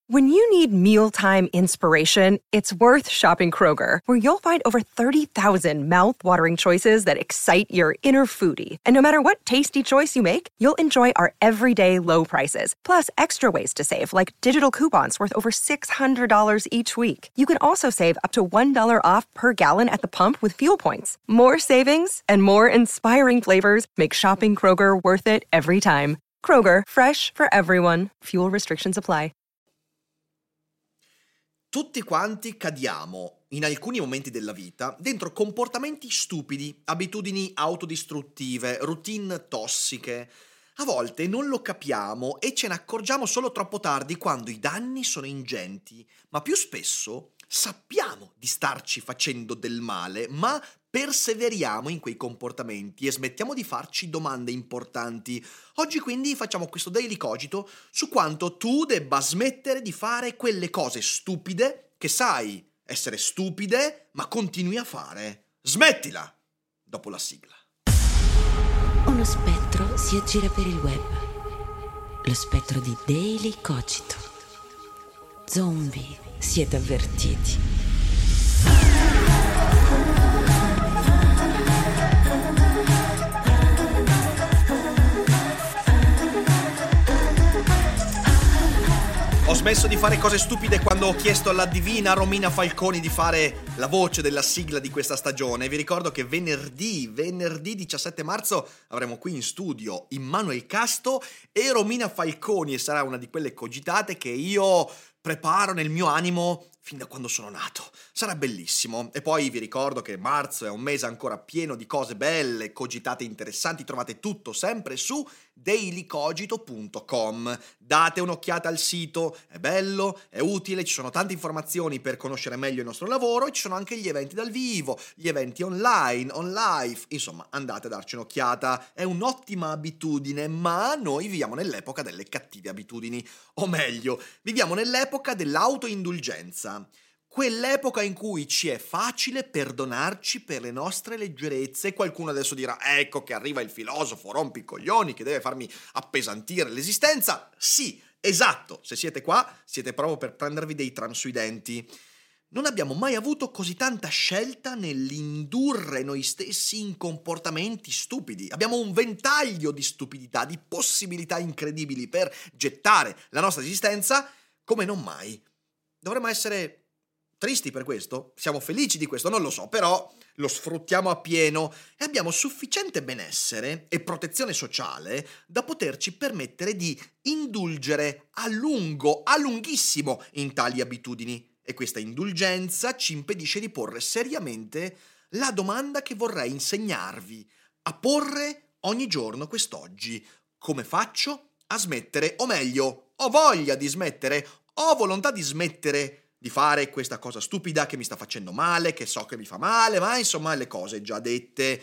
When you need mealtime inspiration, it's worth shopping Kroger, where you'll find over 30,000 mouth-watering choices that excite your inner foodie. And no matter what tasty choice you make, you'll enjoy our everyday low prices, plus extra ways to save, like digital coupons worth over $600 each week. You can also save up to $1 off per gallon at the pump with fuel points. More savings and more inspiring flavors make shopping Kroger worth it every time. Kroger, fresh for everyone. Fuel restrictions apply. Tutti quanti cadiamo, in alcuni momenti della vita, dentro comportamenti stupidi, abitudini autodistruttive, routine tossiche. A volte non lo capiamo e ce ne accorgiamo solo troppo tardi quando i danni sono ingenti, ma più spesso sappiamo di starci facendo del male, ma perseveriamo in quei comportamenti e smettiamo di farci domande importanti. Oggi quindi facciamo questo Daily Cogito su quanto tu debba smettere di fare quelle cose stupide che sai essere stupide, ma continui a fare. Smettila! Dopo la sigla. Uno spettro si aggira per il web. Lo spettro di Daily Cogito. Zombie, siete avvertiti. Ho smesso di fare cose stupide quando ho chiesto alla divina Romina Falconi di fare la voce della sigla di questa stagione. Vi ricordo che venerdì 17 marzo avremo qui in studio Immanuel Casto e Romina Falconi, e sarà una di quelle cogitate che io preparo nel mio animo fin da quando sono nato. Sarà bellissimo. E poi vi ricordo che marzo è un mese ancora pieno di cose belle, cogitate interessanti. Trovate tutto sempre su dailycogito.com. Date un'occhiata al sito, è bello, è utile, ci sono tante informazioni per conoscere meglio il nostro lavoro e ci sono anche gli eventi dal vivo, gli eventi online, on live. Insomma, andate a darci un'occhiata. È un'ottima abitudine, ma noi viviamo nell'epoca delle cattive abitudini. O meglio, viviamo nell'epoca dell'autoindulgenza. Quell'epoca in cui ci è facile perdonarci per le nostre leggerezze. Qualcuno adesso dirà: ecco che arriva il filosofo rompicoglioni che deve farmi appesantire l'esistenza. Sì, esatto, se siete qua siete proprio per prendervi dei tram sui denti. Non abbiamo mai avuto così tanta scelta nell'indurre noi stessi in comportamenti stupidi. Abbiamo un ventaglio di stupidità, di possibilità incredibili per gettare la nostra esistenza come non mai. Dovremmo essere tristi per questo? Siamo felici di questo? Non lo so, però lo sfruttiamo appieno e abbiamo sufficiente benessere e protezione sociale da poterci permettere di indulgere a lungo, a lunghissimo in tali abitudini. E questa indulgenza ci impedisce di porre seriamente la domanda che vorrei insegnarvi a porre ogni giorno quest'oggi. Come faccio a smettere? O meglio, ho voglia di smettere, ho volontà di smettere di fare questa cosa stupida che mi sta facendo male, che so che mi fa male, ma insomma le cose già dette.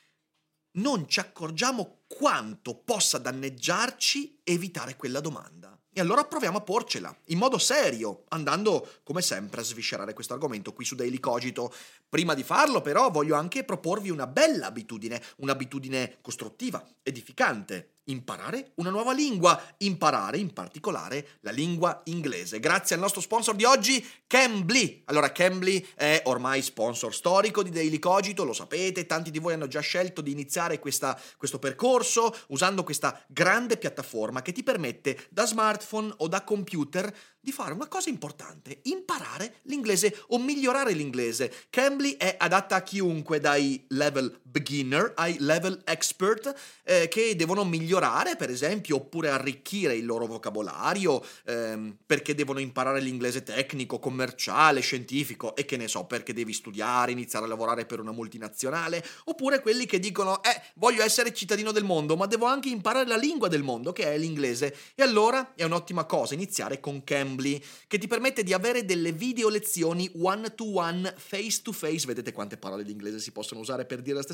Non ci accorgiamo quanto possa danneggiarci evitare quella domanda. E allora proviamo a porcela, in modo serio, andando come sempre a sviscerare questo argomento qui su Daily Cogito. Prima di farlo però voglio anche proporvi una bella abitudine, un'abitudine costruttiva, edificante. Imparare una nuova lingua, imparare in particolare la lingua inglese. Grazie al nostro sponsor di oggi, Cambly. Allora, Cambly è ormai sponsor storico di Daily Cogito, lo sapete, tanti di voi hanno già scelto di iniziare questo percorso usando questa grande piattaforma che ti permette da smartphone o da computer di fare una cosa importante, imparare l'inglese o migliorare l'inglese. Cambly è adatta a chiunque, dai level beginner ai level expert, che devono migliorare, per esempio, oppure arricchire il loro vocabolario, perché devono imparare l'inglese tecnico, commerciale, scientifico, e che ne so, perché devi studiare, iniziare a lavorare per una multinazionale, oppure quelli che dicono voglio essere cittadino del mondo, ma devo anche imparare la lingua del mondo, che è l'inglese. E allora è un'ottima cosa iniziare con Cambly, che ti permette di avere delle video lezioni one to one, face to face. Vedete quante parole di inglese si possono usare per dire la stessa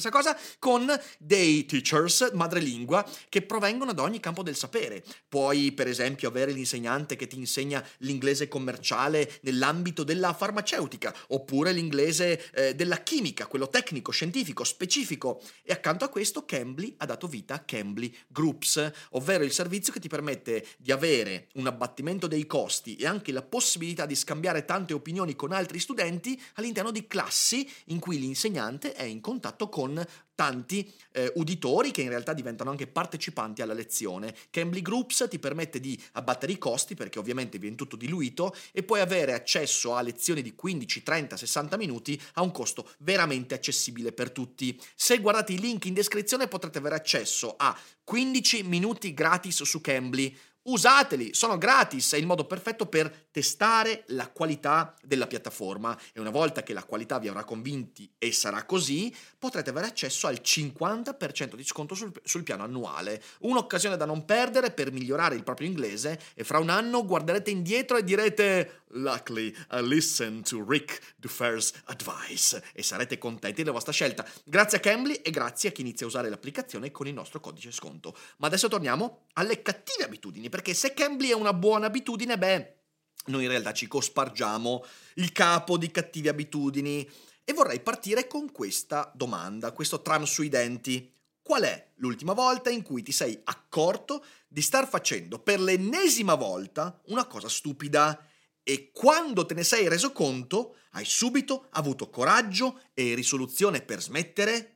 stessa cosa con dei teachers madrelingua che provengono da ogni campo del sapere. Puoi per esempio avere l'insegnante che ti insegna l'inglese commerciale nell'ambito della farmaceutica, oppure l'inglese della chimica, quello tecnico, scientifico, specifico. E accanto a questo Cambly ha dato vita a Cambly Groups, ovvero il servizio che ti permette di avere un abbattimento dei costi e anche la possibilità di scambiare tante opinioni con altri studenti all'interno di classi in cui l'insegnante è in contatto con tanti uditori che in realtà diventano anche partecipanti alla lezione. Cambly Groups ti permette di abbattere i costi perché ovviamente viene tutto diluito e puoi avere accesso a lezioni di 15, 30, 60 minuti a un costo veramente accessibile per tutti. Se guardate i link in descrizione potrete avere accesso a 15 minuti gratis su Cambly. Usateli, sono gratis, è il modo perfetto per testare la qualità della piattaforma e una volta che la qualità vi avrà convinti e sarà così, potrete avere accesso al 50% di sconto sul piano annuale. Un'occasione da non perdere per migliorare il proprio inglese e fra un anno guarderete indietro e direte "Luckily I listened to Rick Dufer's advice" e sarete contenti della vostra scelta. Grazie a Cambly e grazie a chi inizia a usare l'applicazione con il nostro codice sconto. Ma adesso torniamo alle cattive abitudini, perché se Cambly è una buona abitudine, noi in realtà ci cospargiamo il capo di cattive abitudini e vorrei partire con questa domanda, questo tram sui denti. Qual è l'ultima volta in cui ti sei accorto di star facendo per l'ennesima volta una cosa stupida e quando te ne sei reso conto hai subito avuto coraggio e risoluzione per smettere?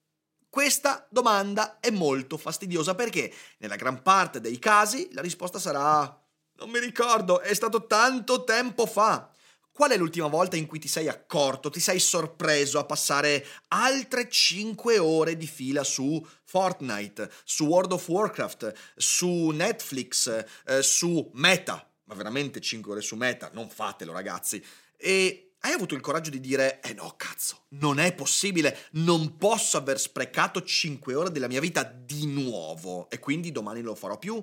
Questa domanda è molto fastidiosa perché nella gran parte dei casi la risposta sarà "non mi ricordo, è stato tanto tempo fa". Qual è l'ultima volta in cui ti sei accorto, ti sei sorpreso a passare altre 5 ore di fila su Fortnite, su World of Warcraft, su Netflix, su Meta? Ma veramente 5 ore su Meta? Non fatelo, ragazzi. E hai avuto il coraggio di dire no, cazzo, non è possibile, non posso aver sprecato 5 ore della mia vita di nuovo e quindi domani non lo farò più?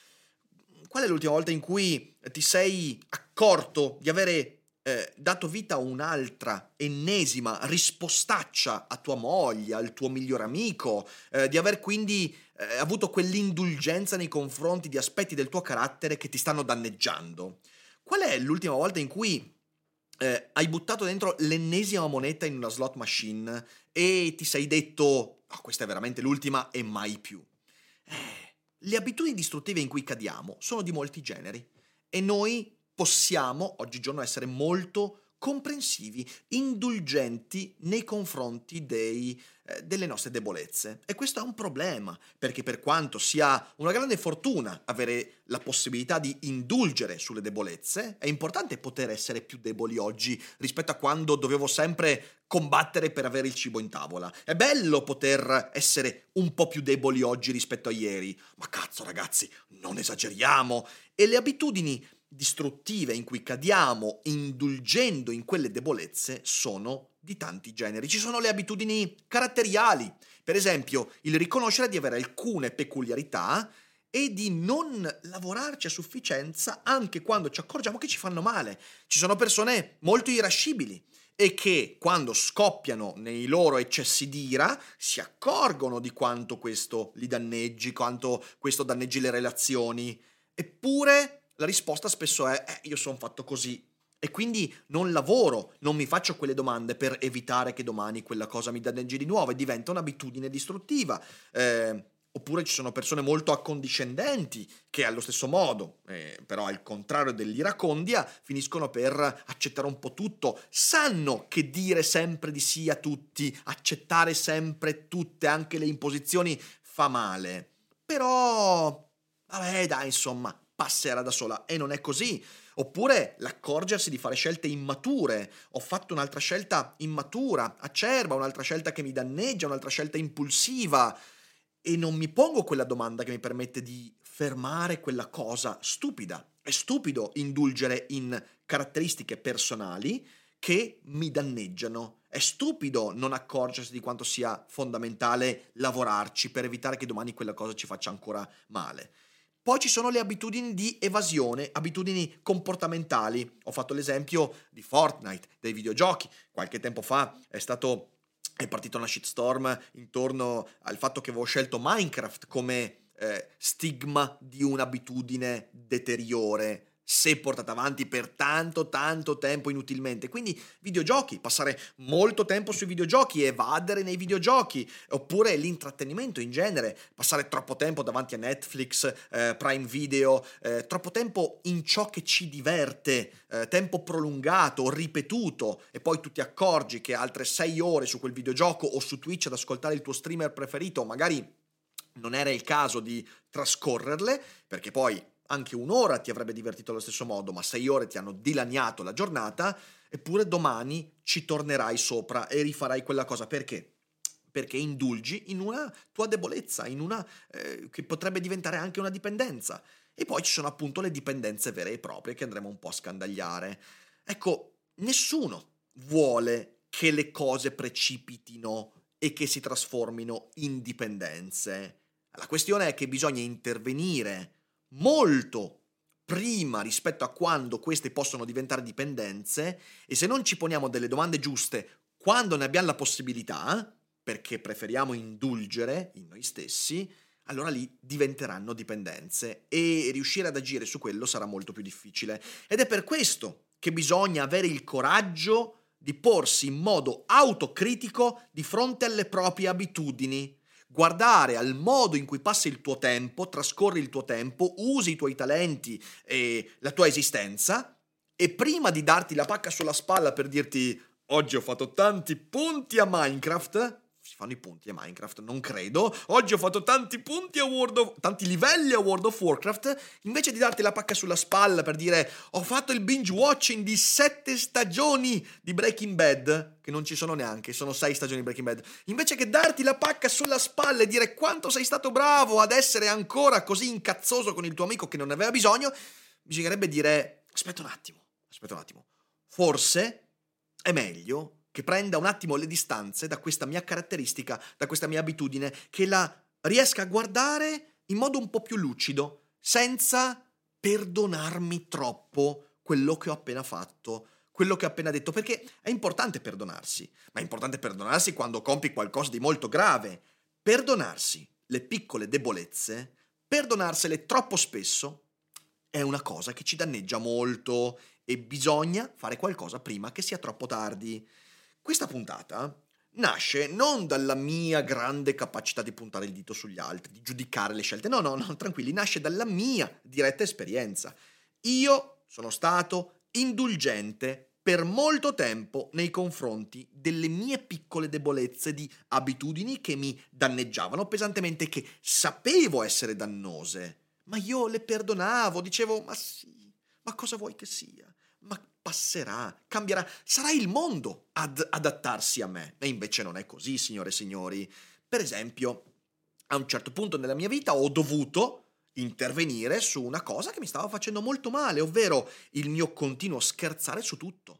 Qual è l'ultima volta in cui ti sei accorto di avere dato vita a un'altra ennesima rispostaccia a tua moglie, al tuo miglior amico, di aver quindi avuto quell'indulgenza nei confronti di aspetti del tuo carattere che ti stanno danneggiando? Qual è l'ultima volta in cui hai buttato dentro l'ennesima moneta in una slot machine e ti sei detto questa è veramente l'ultima e mai più? Le abitudini distruttive in cui cadiamo sono di molti generi e noi possiamo oggigiorno essere molto comprensivi, indulgenti nei confronti delle nostre debolezze. E questo è un problema, perché per quanto sia una grande fortuna avere la possibilità di indulgere sulle debolezze, è importante poter essere più deboli oggi rispetto a quando dovevo sempre combattere per avere il cibo in tavola. È bello poter essere un po' più deboli oggi rispetto a ieri, ma cazzo ragazzi, non esageriamo. E le abitudini distruttive in cui cadiamo indulgendo in quelle debolezze sono di tanti generi. Ci sono le abitudini caratteriali, per esempio il riconoscere di avere alcune peculiarità e di non lavorarci a sufficienza anche quando ci accorgiamo che ci fanno male. Ci sono persone molto irascibili e che quando scoppiano nei loro eccessi di ira si accorgono di quanto questo li danneggi, quanto questo danneggi le relazioni. Eppure la risposta spesso è io sono fatto così e quindi non lavoro, non mi faccio quelle domande per evitare che domani quella cosa mi danneggi di nuovo e diventa un'abitudine distruttiva. Oppure ci sono persone molto accondiscendenti che allo stesso modo, però al contrario dell'iracondia, finiscono per accettare un po' tutto, sanno che dire sempre di sì a tutti, accettare sempre tutte, anche le imposizioni, fa male. Però, vabbè dai, insomma, passerà da sola e non è così. Oppure l'accorgersi di fare scelte immature. Ho fatto un'altra scelta immatura, acerba, un'altra scelta che mi danneggia, un'altra scelta impulsiva e non mi pongo quella domanda che mi permette di fermare quella cosa stupida. È stupido indulgere in caratteristiche personali che mi danneggiano. È stupido non accorgersi di quanto sia fondamentale lavorarci per evitare che domani quella cosa ci faccia ancora male. Poi ci sono le abitudini di evasione, abitudini comportamentali. Ho fatto l'esempio di Fortnite, dei videogiochi. Qualche tempo fa è stato è partita una shitstorm intorno al fatto che avevo scelto Minecraft come stigma di un'abitudine deteriore se portata avanti per tanto tanto tempo inutilmente. Quindi videogiochi, passare molto tempo sui videogiochi, evadere nei videogiochi, oppure l'intrattenimento in genere, passare troppo tempo davanti a Netflix, Prime Video, troppo tempo in ciò che ci diverte, tempo prolungato, ripetuto, e poi tu ti accorgi che altre 6 ore su quel videogioco o su Twitch ad ascoltare il tuo streamer preferito, magari non era il caso di trascorrerle, perché poi anche 1 ora ti avrebbe divertito allo stesso modo, ma 6 ore ti hanno dilaniato la giornata, eppure domani ci tornerai sopra e rifarai quella cosa. Perché? Perché indulgi in una tua debolezza, in una che potrebbe diventare anche una dipendenza. E poi ci sono appunto le dipendenze vere e proprie che andremo un po' a scandagliare. Ecco, nessuno vuole che le cose precipitino e che si trasformino in dipendenze. La questione è che bisogna intervenire molto prima rispetto a quando queste possono diventare dipendenze, e se non ci poniamo delle domande giuste quando ne abbiamo la possibilità, perché preferiamo indulgere in noi stessi, allora lì diventeranno dipendenze e riuscire ad agire su quello sarà molto più difficile. Ed è per questo che bisogna avere il coraggio di porsi in modo autocritico di fronte alle proprie abitudini. Guardare al modo in cui passi il tuo tempo, trascorri il tuo tempo, usi i tuoi talenti e la tua esistenza, e prima di darti la pacca sulla spalla per dirti oggi ho fatto tanti punti a Minecraft, si fanno i punti a Minecraft, non credo, oggi ho fatto tanti punti tanti livelli a World of Warcraft, invece di darti la pacca sulla spalla per dire ho fatto il binge watching di 7 stagioni di Breaking Bad, che non ci sono neanche, sono 6 stagioni di Breaking Bad, invece che darti la pacca sulla spalla e dire quanto sei stato bravo ad essere ancora così incazzoso con il tuo amico che non ne aveva bisogno, bisognerebbe dire aspetta un attimo, forse è meglio che prenda un attimo le distanze da questa mia caratteristica, da questa mia abitudine, che la riesca a guardare in modo un po' più lucido, senza perdonarmi troppo quello che ho appena fatto, quello che ho appena detto, perché è importante perdonarsi, ma è importante perdonarsi quando compi qualcosa di molto grave. Perdonarsi le piccole debolezze, perdonarsele troppo spesso, è una cosa che ci danneggia molto e bisogna fare qualcosa prima che sia troppo tardi. Questa puntata nasce non dalla mia grande capacità di puntare il dito sugli altri, di giudicare le scelte, no, tranquilli, nasce dalla mia diretta esperienza. Io sono stato indulgente per molto tempo nei confronti delle mie piccole debolezze di abitudini che mi danneggiavano pesantemente, che sapevo essere dannose, ma io le perdonavo, dicevo, ma sì, ma cosa vuoi che sia? Ma passerà, cambierà, sarà il mondo ad adattarsi a me. E invece non è così, signore e signori. Per esempio, a un certo punto nella mia vita ho dovuto intervenire su una cosa che mi stava facendo molto male, ovvero il mio continuo scherzare su tutto.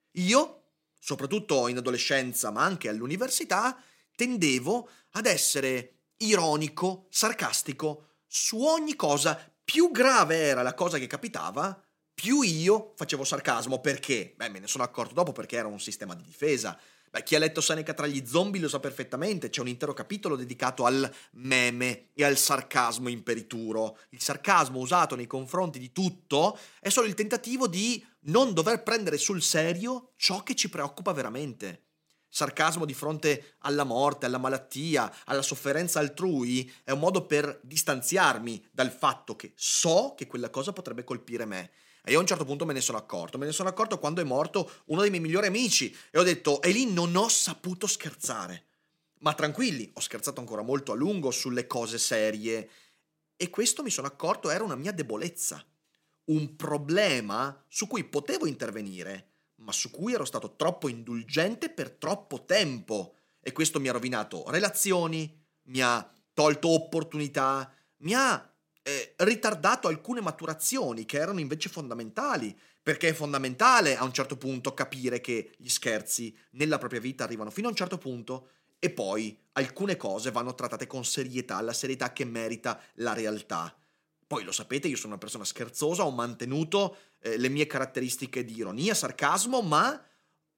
Io, soprattutto in adolescenza, ma anche all'università, tendevo ad essere ironico, sarcastico su ogni cosa. Più grave era la cosa che capitava, più io facevo sarcasmo. Perché? Me ne sono accorto dopo, perché era un sistema di difesa. Chi ha letto Seneca tra gli zombie lo sa perfettamente, c'è un intero capitolo dedicato al meme e al sarcasmo imperituro. Il sarcasmo usato nei confronti di tutto è solo il tentativo di non dover prendere sul serio ciò che ci preoccupa veramente. Sarcasmo di fronte alla morte, alla malattia, alla sofferenza altrui è un modo per distanziarmi dal fatto che so che quella cosa potrebbe colpire me. E io a un certo punto me ne sono accorto quando è morto uno dei miei migliori amici e ho detto, e lì non ho saputo scherzare. Ma tranquilli, ho scherzato ancora molto a lungo sulle cose serie e questo mi sono accorto era una mia debolezza, un problema su cui potevo intervenire, ma su cui ero stato troppo indulgente per troppo tempo e questo mi ha rovinato relazioni, mi ha tolto opportunità, mi ha ritardato alcune maturazioni che erano invece fondamentali, perché è fondamentale a un certo punto capire che gli scherzi nella propria vita arrivano fino a un certo punto e poi alcune cose vanno trattate con serietà, la serietà che merita la realtà. Poi lo sapete, io sono una persona scherzosa, ho mantenuto le mie caratteristiche di ironia, sarcasmo, ma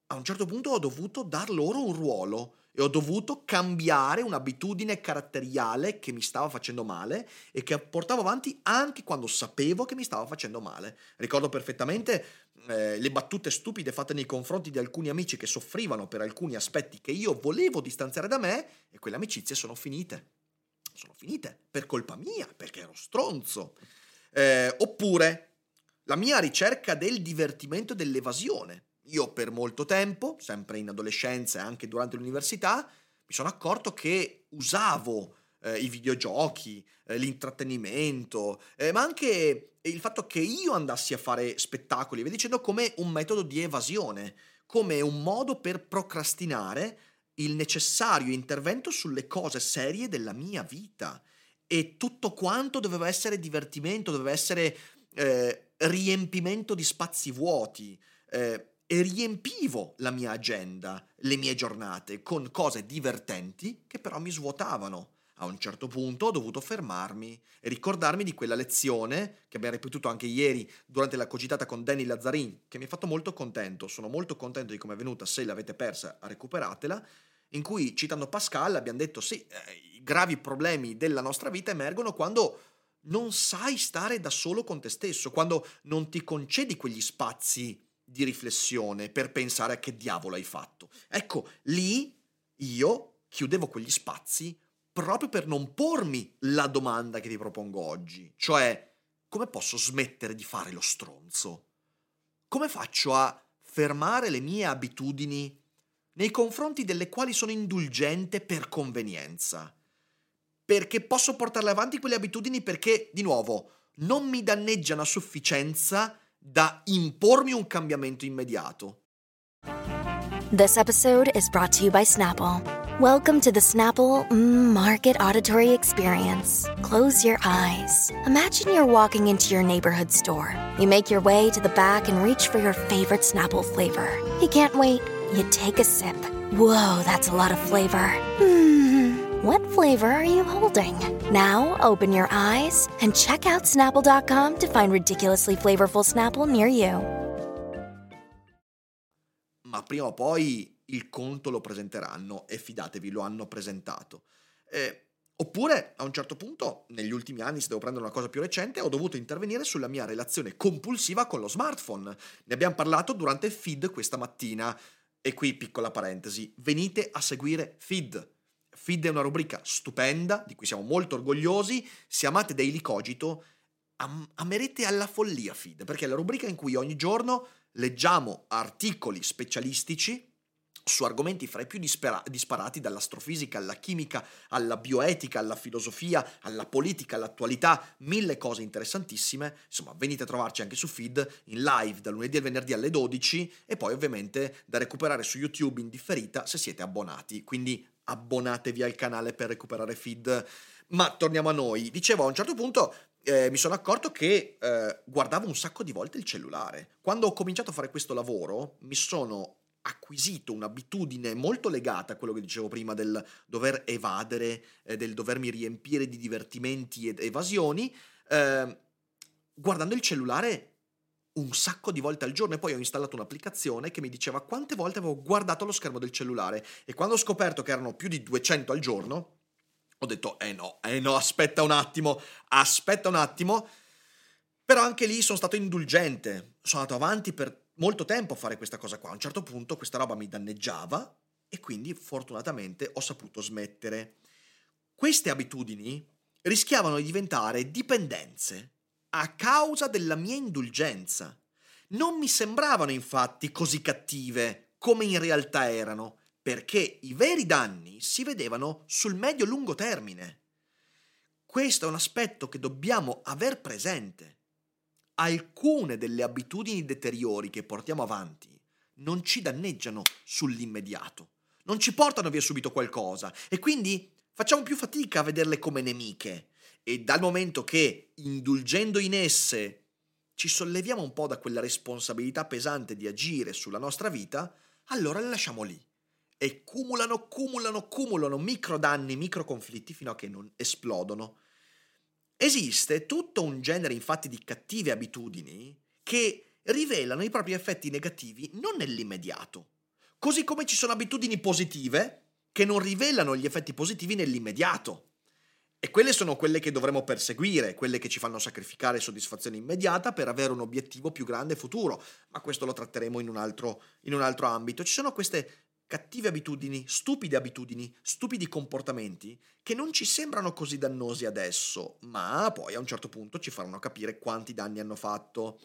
a un certo punto ho dovuto dar loro un ruolo e ho dovuto cambiare un'abitudine caratteriale che mi stava facendo male e che portavo avanti anche quando sapevo che mi stava facendo male. Ricordo perfettamente le battute stupide fatte nei confronti di alcuni amici che soffrivano per alcuni aspetti che io volevo distanziare da me, e quelle amicizie sono finite. Sono finite per colpa mia, perché ero stronzo. Oppure la mia ricerca del divertimento e dell'evasione. Io per molto tempo, sempre in adolescenza e anche durante l'università, mi sono accorto che usavo i videogiochi, l'intrattenimento, ma anche il fatto che io andassi a fare spettacoli, via dicendo, come un metodo di evasione, come un modo per procrastinare il necessario intervento sulle cose serie della mia vita. E tutto quanto doveva essere divertimento, doveva essere riempimento di spazi vuoti, e riempivo la mia agenda, le mie giornate con cose divertenti che però mi svuotavano. A un certo punto ho dovuto fermarmi e ricordarmi di quella lezione che abbiamo ripetuto anche ieri durante la cogitata con Danny Lazzarin, che mi ha fatto molto contento. Sono molto contento di come è venuta. Se l'avete persa, recuperatela. In cui, citando Pascal, abbiamo detto sì, i gravi problemi della nostra vita emergono quando non sai stare da solo con te stesso, quando non ti concedi quegli spazi di riflessione per pensare a che diavolo hai fatto. Ecco, lì io chiudevo quegli spazi proprio per non pormi la domanda che ti propongo oggi, cioè come posso smettere di fare lo stronzo? Come faccio a fermare le mie abitudini nei confronti delle quali sono indulgente per convenienza? Perché posso portarle avanti quelle abitudini perché, di nuovo, non mi danneggiano a sufficienza da impormi un cambiamento immediato. This episode is brought to you by Snapple. Welcome to the Snapple Market Auditory Experience. Close your eyes. Imagine you're walking into your neighborhood store. You make your way to the back and reach for your favorite Snapple flavor. You can't wait. You take a sip. Whoa, that's a lot of flavor. What flavor are you holding? Now open your eyes and check out Snapple.com to find ridiculously flavorful Snapple near you. Ma prima o poi il conto lo presenteranno e fidatevi, lo hanno presentato. Oppure, a un certo punto, negli ultimi anni, se devo prendere una cosa più recente, ho dovuto intervenire sulla mia relazione compulsiva con lo smartphone. Ne abbiamo parlato durante il feed questa mattina. E qui, piccola parentesi, venite a seguire Feed. Feed è una rubrica stupenda, di cui siamo molto orgogliosi. Se amate Daily Cogito, amerete alla follia Feed, perché è la rubrica in cui ogni giorno leggiamo articoli specialistici su argomenti fra i più disparati, dall'astrofisica alla chimica, alla bioetica, alla filosofia, alla politica, all'attualità, 1000 cose interessantissime. Insomma, venite a trovarci anche su Feed, in live dal lunedì al venerdì alle 12 e poi ovviamente da recuperare su YouTube in differita se siete abbonati. Quindi abbonatevi al canale per recuperare Feed. Ma torniamo a noi. Dicevo, a un certo punto mi sono accorto che guardavo un sacco di volte il cellulare. Quando ho cominciato a fare questo lavoro mi sono acquisito un'abitudine molto legata a quello che dicevo prima del dover evadere, del dovermi riempire di divertimenti ed evasioni, guardando il cellulare un sacco di volte al giorno. E poi ho installato un'applicazione che mi diceva quante volte avevo guardato lo schermo del cellulare, e quando ho scoperto che erano più di 200 al giorno ho detto no, aspetta un attimo, però anche lì sono stato indulgente, sono andato avanti per molto tempo a fare questa cosa qua. A un certo punto questa roba mi danneggiava e quindi fortunatamente ho saputo smettere. Queste abitudini rischiavano di diventare dipendenze a causa della mia indulgenza. Non mi sembravano infatti così cattive come in realtà erano, perché i veri danni si vedevano sul medio-lungo termine. Questo è un aspetto che dobbiamo aver presente. Alcune delle abitudini deteriori che portiamo avanti non ci danneggiano sull'immediato, non ci portano via subito qualcosa e quindi facciamo più fatica a vederle come nemiche. E dal momento che, indulgendo in esse, ci solleviamo un po' da quella responsabilità pesante di agire sulla nostra vita, allora le lasciamo lì. E cumulano micro danni, micro conflitti fino a che non esplodono. Esiste tutto un genere infatti di cattive abitudini che rivelano i propri effetti negativi non nell'immediato, Così come ci sono abitudini positive che non rivelano gli effetti positivi nell'immediato. E quelle sono quelle che dovremo perseguire, quelle che ci fanno sacrificare soddisfazione immediata per avere un obiettivo più grande futuro. Ma questo lo tratteremo in un altro ambito. Ci sono queste cattive abitudini, stupidi comportamenti che non ci sembrano così dannosi adesso, ma poi a un certo punto ci faranno capire quanti danni hanno fatto.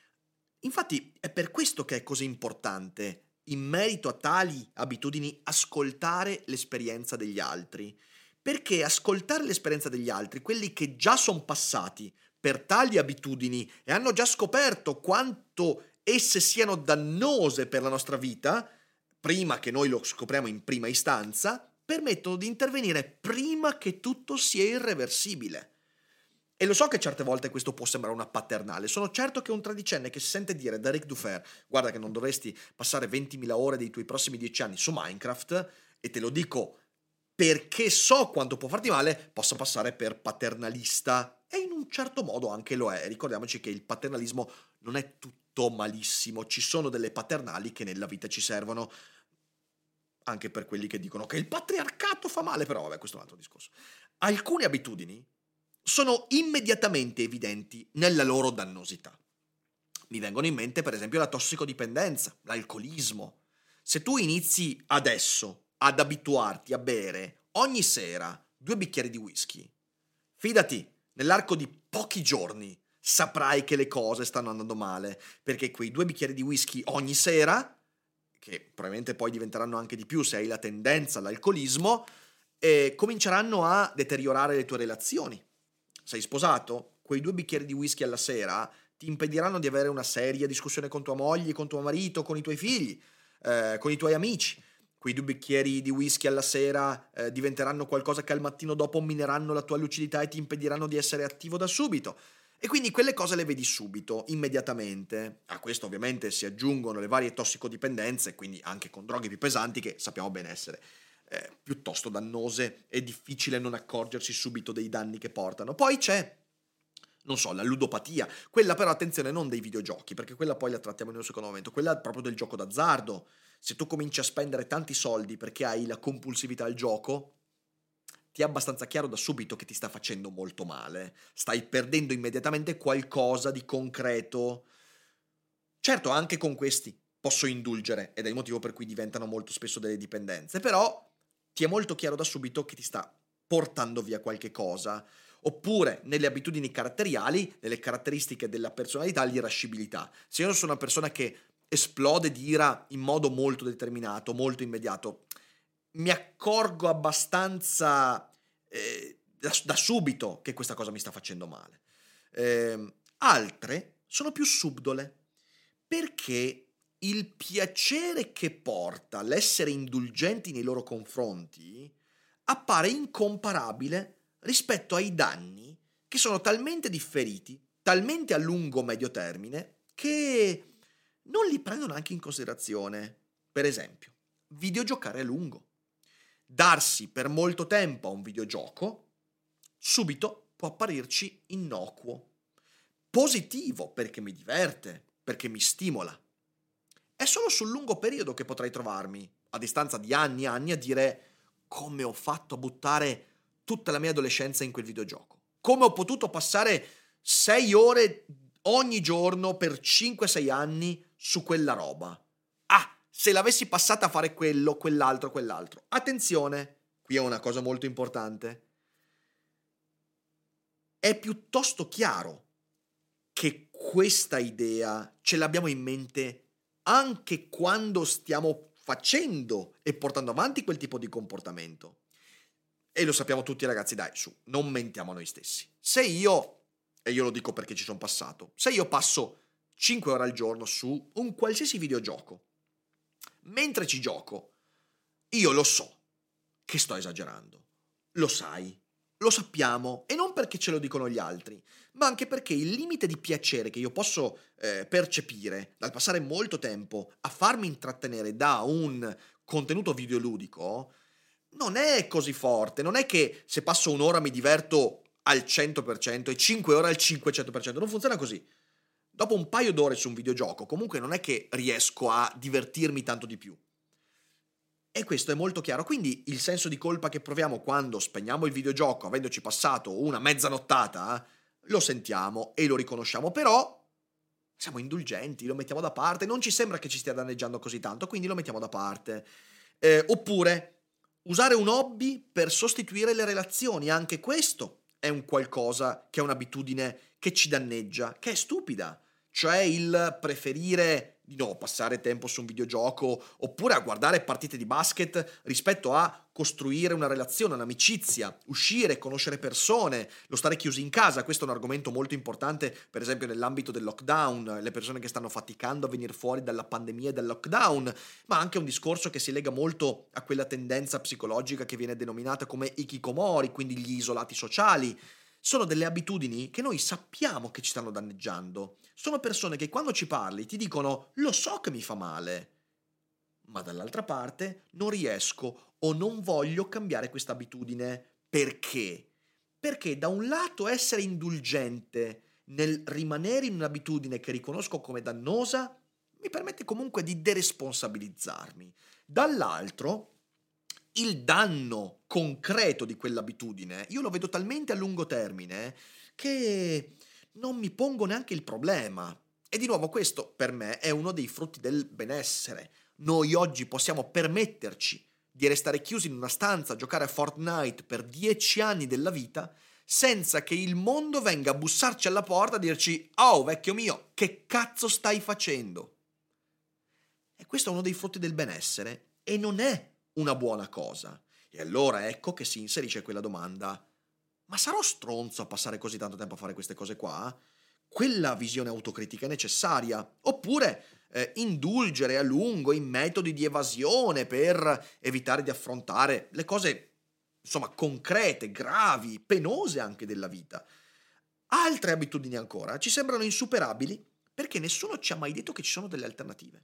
Infatti è per questo che è così importante, in merito a tali abitudini, ascoltare l'esperienza degli altri. Perché ascoltare l'esperienza degli altri, quelli che già sono passati per tali abitudini e hanno già scoperto quanto esse siano dannose per la nostra vita, prima che noi lo scopriamo in prima istanza, permettono di intervenire prima che tutto sia irreversibile. E lo so che certe volte questo può sembrare una paternale. Sono certo che un tredicenne che si sente dire da Rick Dufer guarda che non dovresti passare 20.000 ore dei tuoi prossimi 10 anni su Minecraft, e te lo dico perché so quanto può farti male, possa passare per paternalista. E in un certo modo anche lo è. Ricordiamoci che il paternalismo non è tutto malissimo. Ci sono delle paternali che nella vita ci servono, anche per quelli che dicono che il patriarcato fa male, però vabbè, questo è un altro discorso. Alcune abitudini sono immediatamente evidenti nella loro dannosità. Mi vengono in mente per esempio la tossicodipendenza, l'alcolismo. Se tu inizi adesso ad abituarti a bere ogni sera 2 bicchieri di whisky, fidati, nell'arco di pochi giorni saprai che le cose stanno andando male, perché quei 2 bicchieri di whisky ogni sera, che probabilmente poi diventeranno anche di più se hai la tendenza all'alcolismo, cominceranno a deteriorare le tue relazioni. Sei sposato? Quei 2 bicchieri di whisky alla sera ti impediranno di avere una seria discussione con tua moglie, con tuo marito, con i tuoi figli, con i tuoi amici. Quei 2 bicchieri di whisky alla sera diventeranno qualcosa che al mattino dopo mineranno la tua lucidità e ti impediranno di essere attivo da subito. E quindi quelle cose le vedi subito, immediatamente. A questo ovviamente si aggiungono le varie tossicodipendenze, quindi anche con droghe più pesanti che sappiamo bene essere piuttosto dannose. È difficile non accorgersi subito dei danni che portano. Poi c'è, non so, la ludopatia. Quella però, attenzione, non dei videogiochi, perché quella poi la trattiamo in un secondo momento. Quella proprio del gioco d'azzardo. Se tu cominci a spendere tanti soldi perché hai la compulsività al gioco, ti è abbastanza chiaro da subito che ti sta facendo molto male. Stai perdendo immediatamente qualcosa di concreto. Certo, anche con questi posso indulgere, ed è il motivo per cui diventano molto spesso delle dipendenze, però ti è molto chiaro da subito che ti sta portando via qualche cosa. Oppure nelle abitudini caratteriali, nelle caratteristiche della personalità, l'irascibilità. Se io sono una persona che esplode di ira in modo molto determinato, molto immediato, mi accorgo abbastanza da subito che questa cosa mi sta facendo male. Altre sono più subdole, perché il piacere che porta l'essere indulgenti nei loro confronti appare incomparabile rispetto ai danni che sono talmente differiti, talmente a lungo-medio termine, che non li prendono anche in considerazione. Per esempio, videogiocare a lungo. Darsi per molto tempo a un videogioco subito può apparirci innocuo. Positivo perché mi diverte, perché mi stimola. È solo sul lungo periodo che potrai trovarmi, a distanza di anni e anni, a dire come ho fatto a buttare tutta la mia adolescenza in quel videogioco. Come ho potuto passare 6 ore ogni giorno per 5-6 anni su quella roba. Se l'avessi passata a fare quello, quell'altro. Attenzione, qui è una cosa molto importante. È piuttosto chiaro che questa idea ce l'abbiamo in mente anche quando stiamo facendo e portando avanti quel tipo di comportamento. E lo sappiamo tutti, ragazzi, dai, su, non mentiamo a noi stessi. Se io, e io lo dico perché ci sono passato, se io passo 5 ore al giorno su un qualsiasi videogioco, mentre ci gioco, io lo so che sto esagerando. Lo sai, lo sappiamo, e non perché ce lo dicono gli altri, ma anche perché il limite di piacere che io posso percepire dal passare molto tempo a farmi intrattenere da un contenuto videoludico non è così forte. Non è che se passo un'ora mi diverto al 100% e 5 ore al 500%, non funziona così. Dopo un paio d'ore su un videogioco, comunque non è che riesco a divertirmi tanto di più. E questo è molto chiaro, quindi il senso di colpa che proviamo quando spegniamo il videogioco avendoci passato una mezzanottata, lo sentiamo e lo riconosciamo, però siamo indulgenti, lo mettiamo da parte, non ci sembra che ci stia danneggiando così tanto, quindi lo mettiamo da parte. Oppure usare un hobby per sostituire le relazioni, anche questo è un qualcosa che è un'abitudine che ci danneggia, che è stupida, cioè il preferire di no passare tempo su un videogioco oppure a guardare partite di basket rispetto a costruire una relazione, un'amicizia, uscire, conoscere persone, lo stare chiusi in casa. Questo è un argomento molto importante, per esempio nell'ambito del lockdown, le persone che stanno faticando a venire fuori dalla pandemia e dal lockdown, ma anche un discorso che si lega molto a quella tendenza psicologica che viene denominata come hikikomori, quindi gli isolati sociali. Sono delle abitudini che noi sappiamo che ci stanno danneggiando. Sono persone che quando ci parli ti dicono lo so che mi fa male, ma dall'altra parte non riesco o non voglio cambiare questa abitudine. Perché? Perché da un lato essere indulgente nel rimanere in un'abitudine che riconosco come dannosa mi permette comunque di deresponsabilizzarmi. Dall'altro il danno concreto di quell'abitudine io lo vedo talmente a lungo termine che non mi pongo neanche il problema. E di nuovo questo per me è uno dei frutti del benessere. Noi oggi possiamo permetterci di restare chiusi in una stanza a giocare a Fortnite per 10 anni della vita senza che il mondo venga a bussarci alla porta a dirci «Oh, vecchio mio, che cazzo stai facendo?» E questo è uno dei frutti del benessere e non è una buona cosa. E allora ecco che si inserisce quella domanda: ma sarò stronzo a passare così tanto tempo a fare queste cose qua? Quella visione autocritica è necessaria? Oppure indulgere a lungo in metodi di evasione per evitare di affrontare le cose, insomma, concrete, gravi, penose anche della vita. Altre abitudini ancora ci sembrano insuperabili perché nessuno ci ha mai detto che ci sono delle alternative.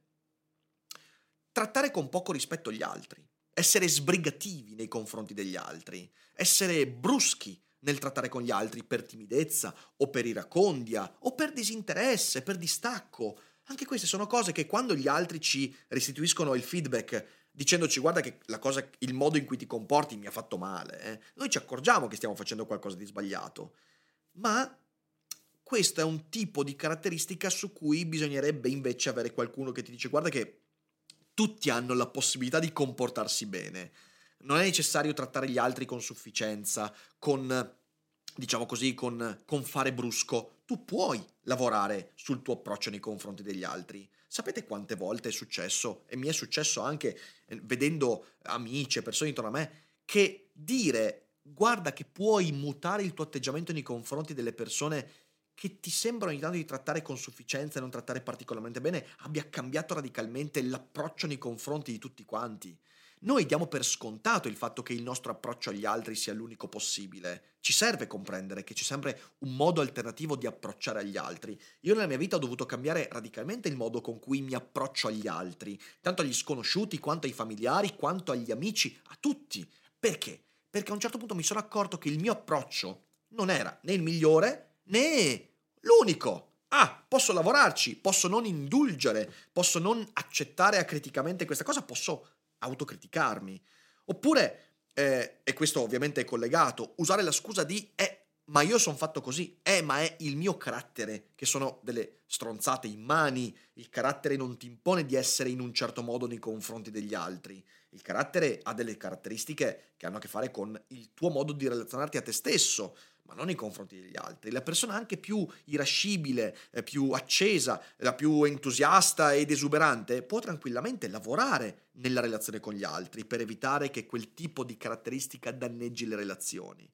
Trattare con poco rispetto gli altri, essere sbrigativi nei confronti degli altri, essere bruschi nel trattare con gli altri per timidezza o per iracondia o per disinteresse, per distacco. Anche queste sono cose che quando gli altri ci restituiscono il feedback dicendoci guarda che la cosa, il modo in cui ti comporti mi ha fatto male, noi ci accorgiamo che stiamo facendo qualcosa di sbagliato. Ma questo è un tipo di caratteristica su cui bisognerebbe invece avere qualcuno che ti dice guarda che tutti hanno la possibilità di comportarsi bene. Non è necessario trattare gli altri con sufficienza, con, diciamo così, con fare brusco. Tu puoi lavorare sul tuo approccio nei confronti degli altri. Sapete quante volte è successo, e mi è successo anche vedendo amici e persone intorno a me, che dire guarda che puoi mutare il tuo atteggiamento nei confronti delle persone che ti sembrano ogni tanto di trattare con sufficienza e non trattare particolarmente bene, abbia cambiato radicalmente l'approccio nei confronti di tutti quanti. Noi diamo per scontato il fatto che il nostro approccio agli altri sia l'unico possibile. Ci serve comprendere che c'è sempre un modo alternativo di approcciare agli altri. Io nella mia vita ho dovuto cambiare radicalmente il modo con cui mi approccio agli altri, tanto agli sconosciuti, quanto ai familiari, quanto agli amici, a tutti. Perché? Perché a un certo punto mi sono accorto che il mio approccio non era né il migliore né l'unico. Posso lavorarci, posso non indulgere, posso non accettare acriticamente questa cosa, posso autocriticarmi. Oppure, e questo ovviamente è collegato, usare la scusa di ma io sono fatto così, ma è il mio carattere, che sono delle stronzate immani. Il carattere non ti impone di essere in un certo modo nei confronti degli altri. Il carattere ha delle caratteristiche che hanno a che fare con il tuo modo di relazionarti a te stesso, ma non nei confronti degli altri. La persona anche più irascibile, più accesa, la più entusiasta ed esuberante può tranquillamente lavorare nella relazione con gli altri per evitare che quel tipo di caratteristica danneggi le relazioni.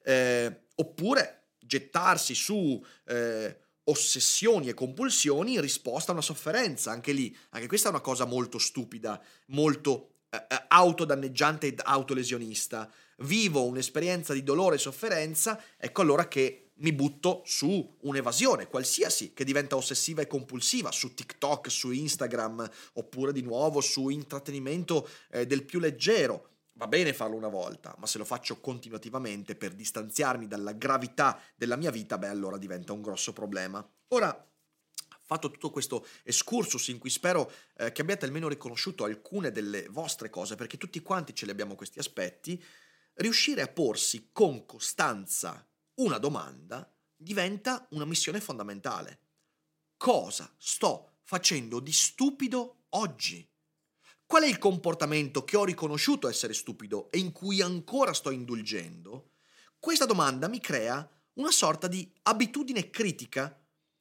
Oppure gettarsi su ossessioni e compulsioni in risposta a una sofferenza. Anche lì, anche questa è una cosa molto stupida, molto autodanneggiante ed autolesionista. Vivo un'esperienza di dolore e sofferenza, ecco allora che mi butto su un'evasione qualsiasi che diventa ossessiva e compulsiva, su TikTok, su Instagram, oppure di nuovo su intrattenimento del più leggero. Va bene farlo una volta, ma se lo faccio continuativamente per distanziarmi dalla gravità della mia vita, allora diventa un grosso problema. Ora, fatto tutto questo excursus in cui spero che abbiate almeno riconosciuto alcune delle vostre cose, perché tutti quanti ce li abbiamo questi aspetti, riuscire a porsi con costanza una domanda diventa una missione fondamentale. Cosa sto facendo di stupido oggi? Qual è il comportamento che ho riconosciuto essere stupido e in cui ancora sto indulgendo? Questa domanda mi crea una sorta di abitudine critica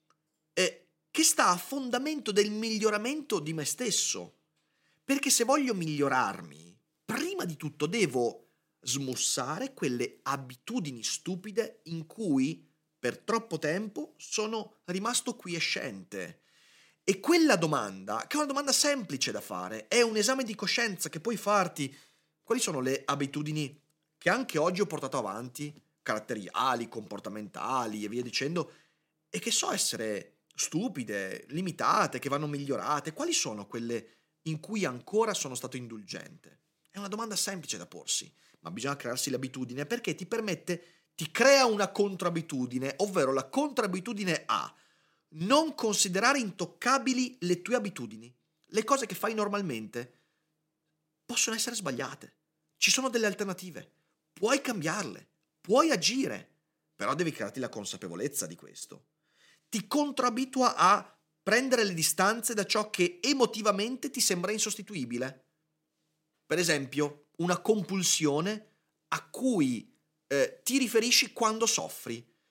che sta a fondamento del miglioramento di me stesso. Perché se voglio migliorarmi, prima di tutto devo smussare quelle abitudini stupide in cui per troppo tempo sono rimasto quiescente. E quella domanda, che è una domanda semplice da fare, è un esame di coscienza che puoi farti. Quali sono le abitudini che anche oggi ho portato avanti, caratteriali, comportamentali e via dicendo, e che so essere stupide, limitate, che vanno migliorate? Quali sono quelle in cui ancora sono stato indulgente? È una domanda semplice da porsi, ma bisogna crearsi l'abitudine perché ti crea una controabitudine, ovvero la controabitudine a non considerare intoccabili le tue abitudini. Le cose che fai normalmente possono essere sbagliate. Ci sono delle alternative. Puoi cambiarle, puoi agire, però devi crearti la consapevolezza di questo. Ti controabitua a prendere le distanze da ciò che emotivamente ti sembra insostituibile. Per esempio, una compulsione a cui ti riferisci quando soffri,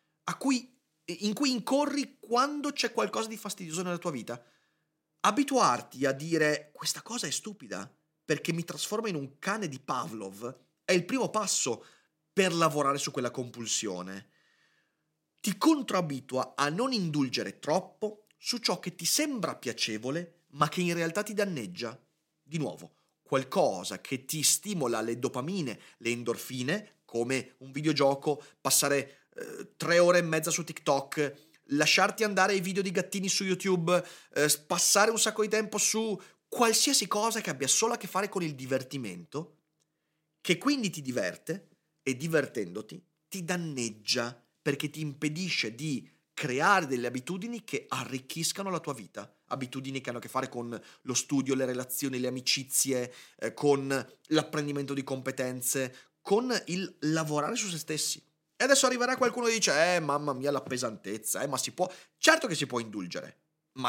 in cui incorri quando c'è qualcosa di fastidioso nella tua vita. Abituarti a dire questa cosa è stupida perché mi trasforma in un cane di Pavlov è il primo passo per lavorare su quella compulsione. Ti controabitua a non indulgere troppo su ciò che ti sembra piacevole ma che in realtà ti danneggia. Di nuovo, qualcosa che ti stimola le dopamine, le endorfine, come un videogioco, passare 3 ore e mezza su TikTok, lasciarti andare ai video di gattini su YouTube, passare un sacco di tempo su qualsiasi cosa che abbia solo a che fare con il divertimento, che quindi ti diverte e divertendoti ti danneggia perché ti impedisce di creare delle abitudini che arricchiscano la tua vita, abitudini che hanno a che fare con lo studio, le relazioni, le amicizie, con l'apprendimento di competenze, con il lavorare su se stessi. E adesso arriverà qualcuno che dice mamma mia la pesantezza, ma si può, certo che si può indulgere, ma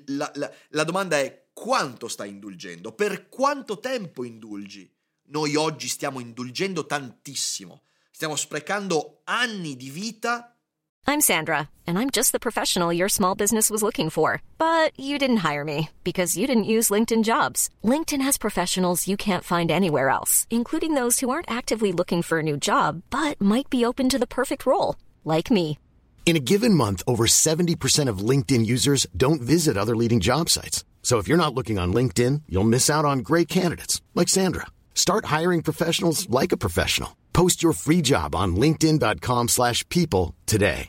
la domanda è quanto stai indulgendo, per quanto tempo indulgi. Noi oggi stiamo indulgendo tantissimo, stiamo sprecando anni di vita. I'm Sandra, and I'm just the professional your small business was looking for. But you didn't hire me because you didn't use LinkedIn Jobs. LinkedIn has professionals you can't find anywhere else, including those who aren't actively looking for a new job, but might be open to the perfect role, like me. In a given month, over 70% of LinkedIn users don't visit other leading job sites. So if you're not looking on LinkedIn, you'll miss out on great candidates, like Sandra. Start hiring professionals like a professional. Post your free job on linkedin.com/people today.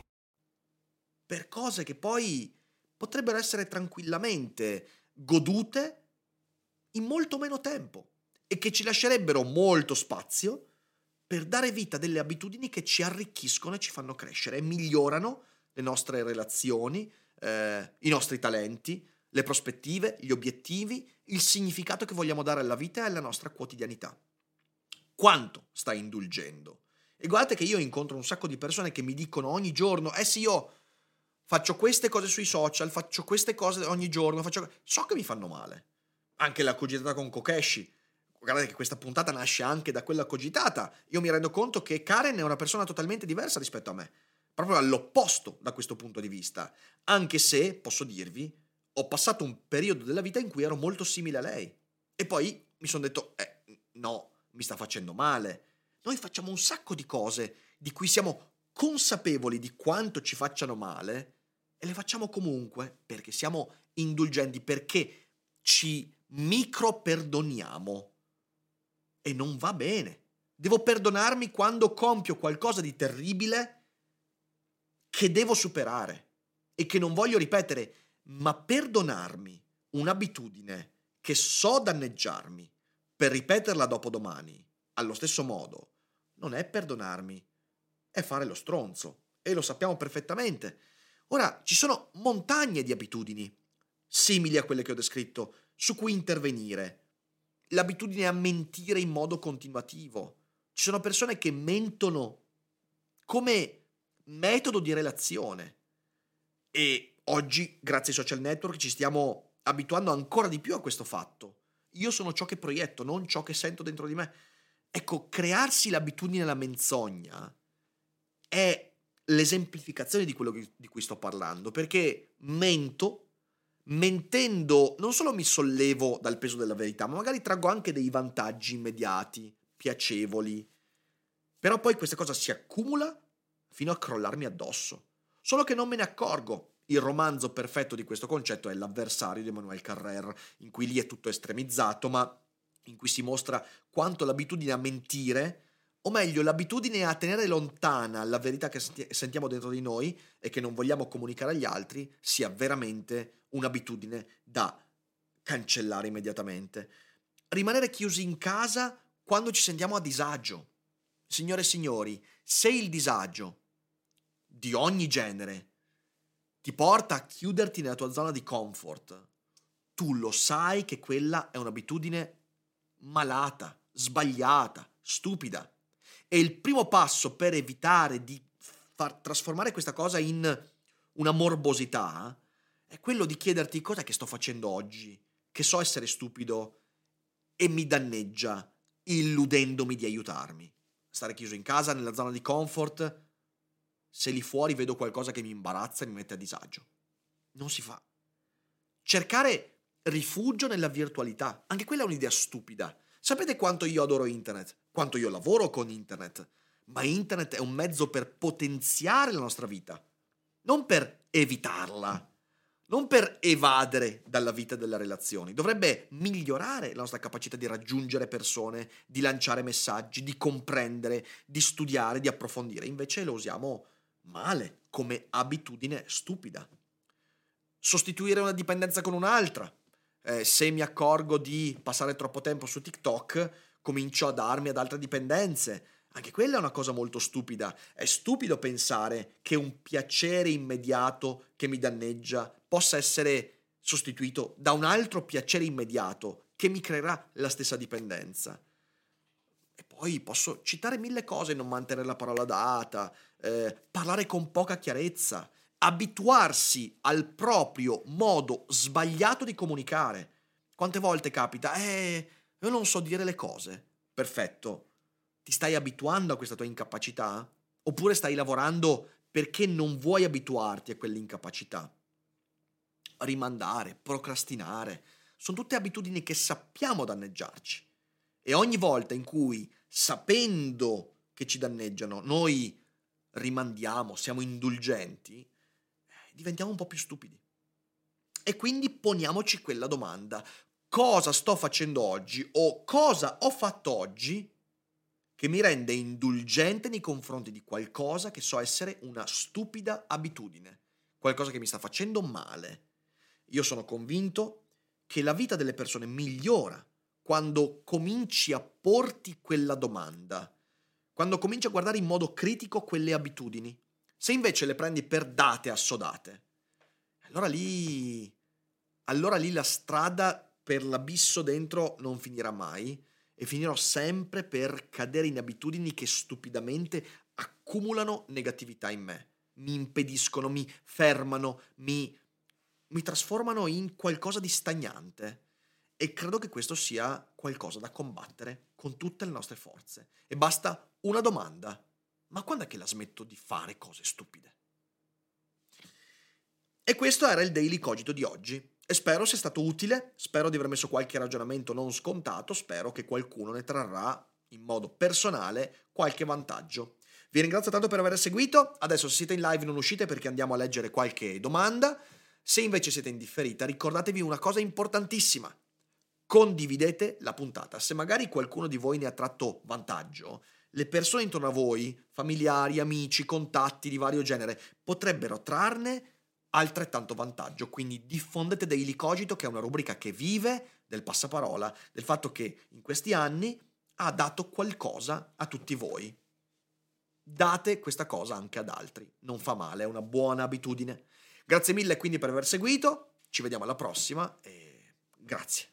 Per cose che poi potrebbero essere tranquillamente godute in molto meno tempo e che ci lascerebbero molto spazio per dare vita a delle abitudini che ci arricchiscono e ci fanno crescere e migliorano le nostre relazioni, i nostri talenti, le prospettive, gli obiettivi, il significato che vogliamo dare alla vita e alla nostra quotidianità. Quanto stai indulgendo? E guardate che io incontro un sacco di persone che mi dicono ogni giorno sì, io faccio queste cose sui social, faccio queste cose ogni giorno, so che mi fanno male. Anche la cogitata con Kokeshi. Guardate che questa puntata nasce anche da quella cogitata. Io mi rendo conto che Karen è una persona totalmente diversa rispetto a me. Proprio all'opposto da questo punto di vista. Anche se, posso dirvi, ho passato un periodo della vita in cui ero molto simile a lei. E poi mi sono detto, no, mi sta facendo male. Noi facciamo un sacco di cose di cui siamo consapevoli di quanto ci facciano male e le facciamo comunque perché siamo indulgenti, perché ci micro perdoniamo. E non va bene. Devo perdonarmi quando compio qualcosa di terribile che devo superare e che non voglio ripetere, ma perdonarmi un'abitudine che so danneggiarmi per ripeterla dopodomani allo stesso modo non è perdonarmi, è fare lo stronzo e lo sappiamo perfettamente. Ora, ci sono montagne di abitudini simili a quelle che ho descritto, su cui intervenire. L'abitudine a mentire in modo continuativo. Ci sono persone che mentono come metodo di relazione e oggi, grazie ai social network, ci stiamo abituando ancora di più a questo fatto. Io sono ciò che proietto, non ciò che sento dentro di me. Ecco, crearsi l'abitudine alla menzogna è l'esemplificazione di quello di cui sto parlando, perché mentendo non solo mi sollevo dal peso della verità, ma magari traggo anche dei vantaggi immediati, piacevoli, però poi questa cosa si accumula fino a crollarmi addosso. Solo che non me ne accorgo. Il romanzo perfetto di questo concetto è L'avversario di Emmanuel Carrère, in cui lì è tutto estremizzato, ma in cui si mostra quanto l'abitudine a mentire, o meglio l'abitudine a tenere lontana la verità che sentiamo dentro di noi e che non vogliamo comunicare agli altri, sia veramente un'abitudine da cancellare immediatamente. Rimanere chiusi in casa quando ci sentiamo a disagio. Signore e signori, se il disagio di ogni genere ti porta a chiuderti nella tua zona di comfort, tu lo sai che quella è un'abitudine malata, sbagliata, stupida. E il primo passo per evitare di far trasformare questa cosa in una morbosità è quello di chiederti cos'è che sto facendo oggi, che so essere stupido e mi danneggia, illudendomi di aiutarmi. Stare chiuso in casa, nella zona di comfort, se lì fuori vedo qualcosa che mi imbarazza e mi mette a disagio. Non si fa. Cercare rifugio nella virtualità, anche quella è un'idea stupida. Sapete quanto io adoro internet? Quanto io lavoro con internet? Ma internet è un mezzo per potenziare la nostra vita, non per evitarla, non per evadere dalla vita e dalle relazioni. Dovrebbe migliorare la nostra capacità di raggiungere persone, di lanciare messaggi, di comprendere, di studiare, di approfondire. Invece lo usiamo male, come abitudine stupida. Sostituire una dipendenza con un'altra. Se mi accorgo di passare troppo tempo su TikTok, comincio a darmi ad altre dipendenze. Anche quella è una cosa molto stupida. È stupido pensare che un piacere immediato che mi danneggia possa essere sostituito da un altro piacere immediato che mi creerà la stessa dipendenza. E poi posso citare 1000 cose, non mantenere la parola data, parlare con poca chiarezza, abituarsi al proprio modo sbagliato di comunicare. Quante volte capita? Io non so dire le cose. Perfetto. Ti stai abituando a questa tua incapacità? Oppure stai lavorando perché non vuoi abituarti a quell'incapacità? Rimandare, procrastinare, sono tutte abitudini che sappiamo danneggiarci. E ogni volta in cui, sapendo che ci danneggiano, noi rimandiamo, siamo indulgenti, diventiamo un po' più stupidi. E quindi poniamoci quella domanda: cosa sto facendo oggi o cosa ho fatto oggi che mi rende indulgente nei confronti di qualcosa che so essere una stupida abitudine, qualcosa che mi sta facendo male. Io sono convinto che la vita delle persone migliora quando cominci a porti quella domanda, quando cominci a guardare in modo critico quelle abitudini. Se invece le prendi per date assodate, allora lì la strada per l'abisso dentro non finirà mai e finirò sempre per cadere in abitudini che stupidamente accumulano negatività in me, mi impediscono, mi fermano, mi trasformano in qualcosa di stagnante. E credo che questo sia qualcosa da combattere con tutte le nostre forze. E basta una domanda: ma quando è che la smetto di fare cose stupide? E questo era il Daily Cogito di oggi. E spero sia stato utile, spero di aver messo qualche ragionamento non scontato, spero che qualcuno ne trarrà in modo personale qualche vantaggio. Vi ringrazio tanto per aver seguito. Adesso, se siete in live, non uscite perché andiamo a leggere qualche domanda. Se invece siete in differita, ricordatevi una cosa importantissima: condividete la puntata. Se magari qualcuno di voi ne ha tratto vantaggio, le persone intorno a voi, familiari, amici, contatti di vario genere, potrebbero trarne altrettanto vantaggio. Quindi diffondete Daily Cogito, che è una rubrica che vive del passaparola, del fatto che in questi anni ha dato qualcosa a tutti voi. Date questa cosa anche ad altri, non fa male, è una buona abitudine. Grazie mille quindi per aver seguito, ci vediamo alla prossima e grazie.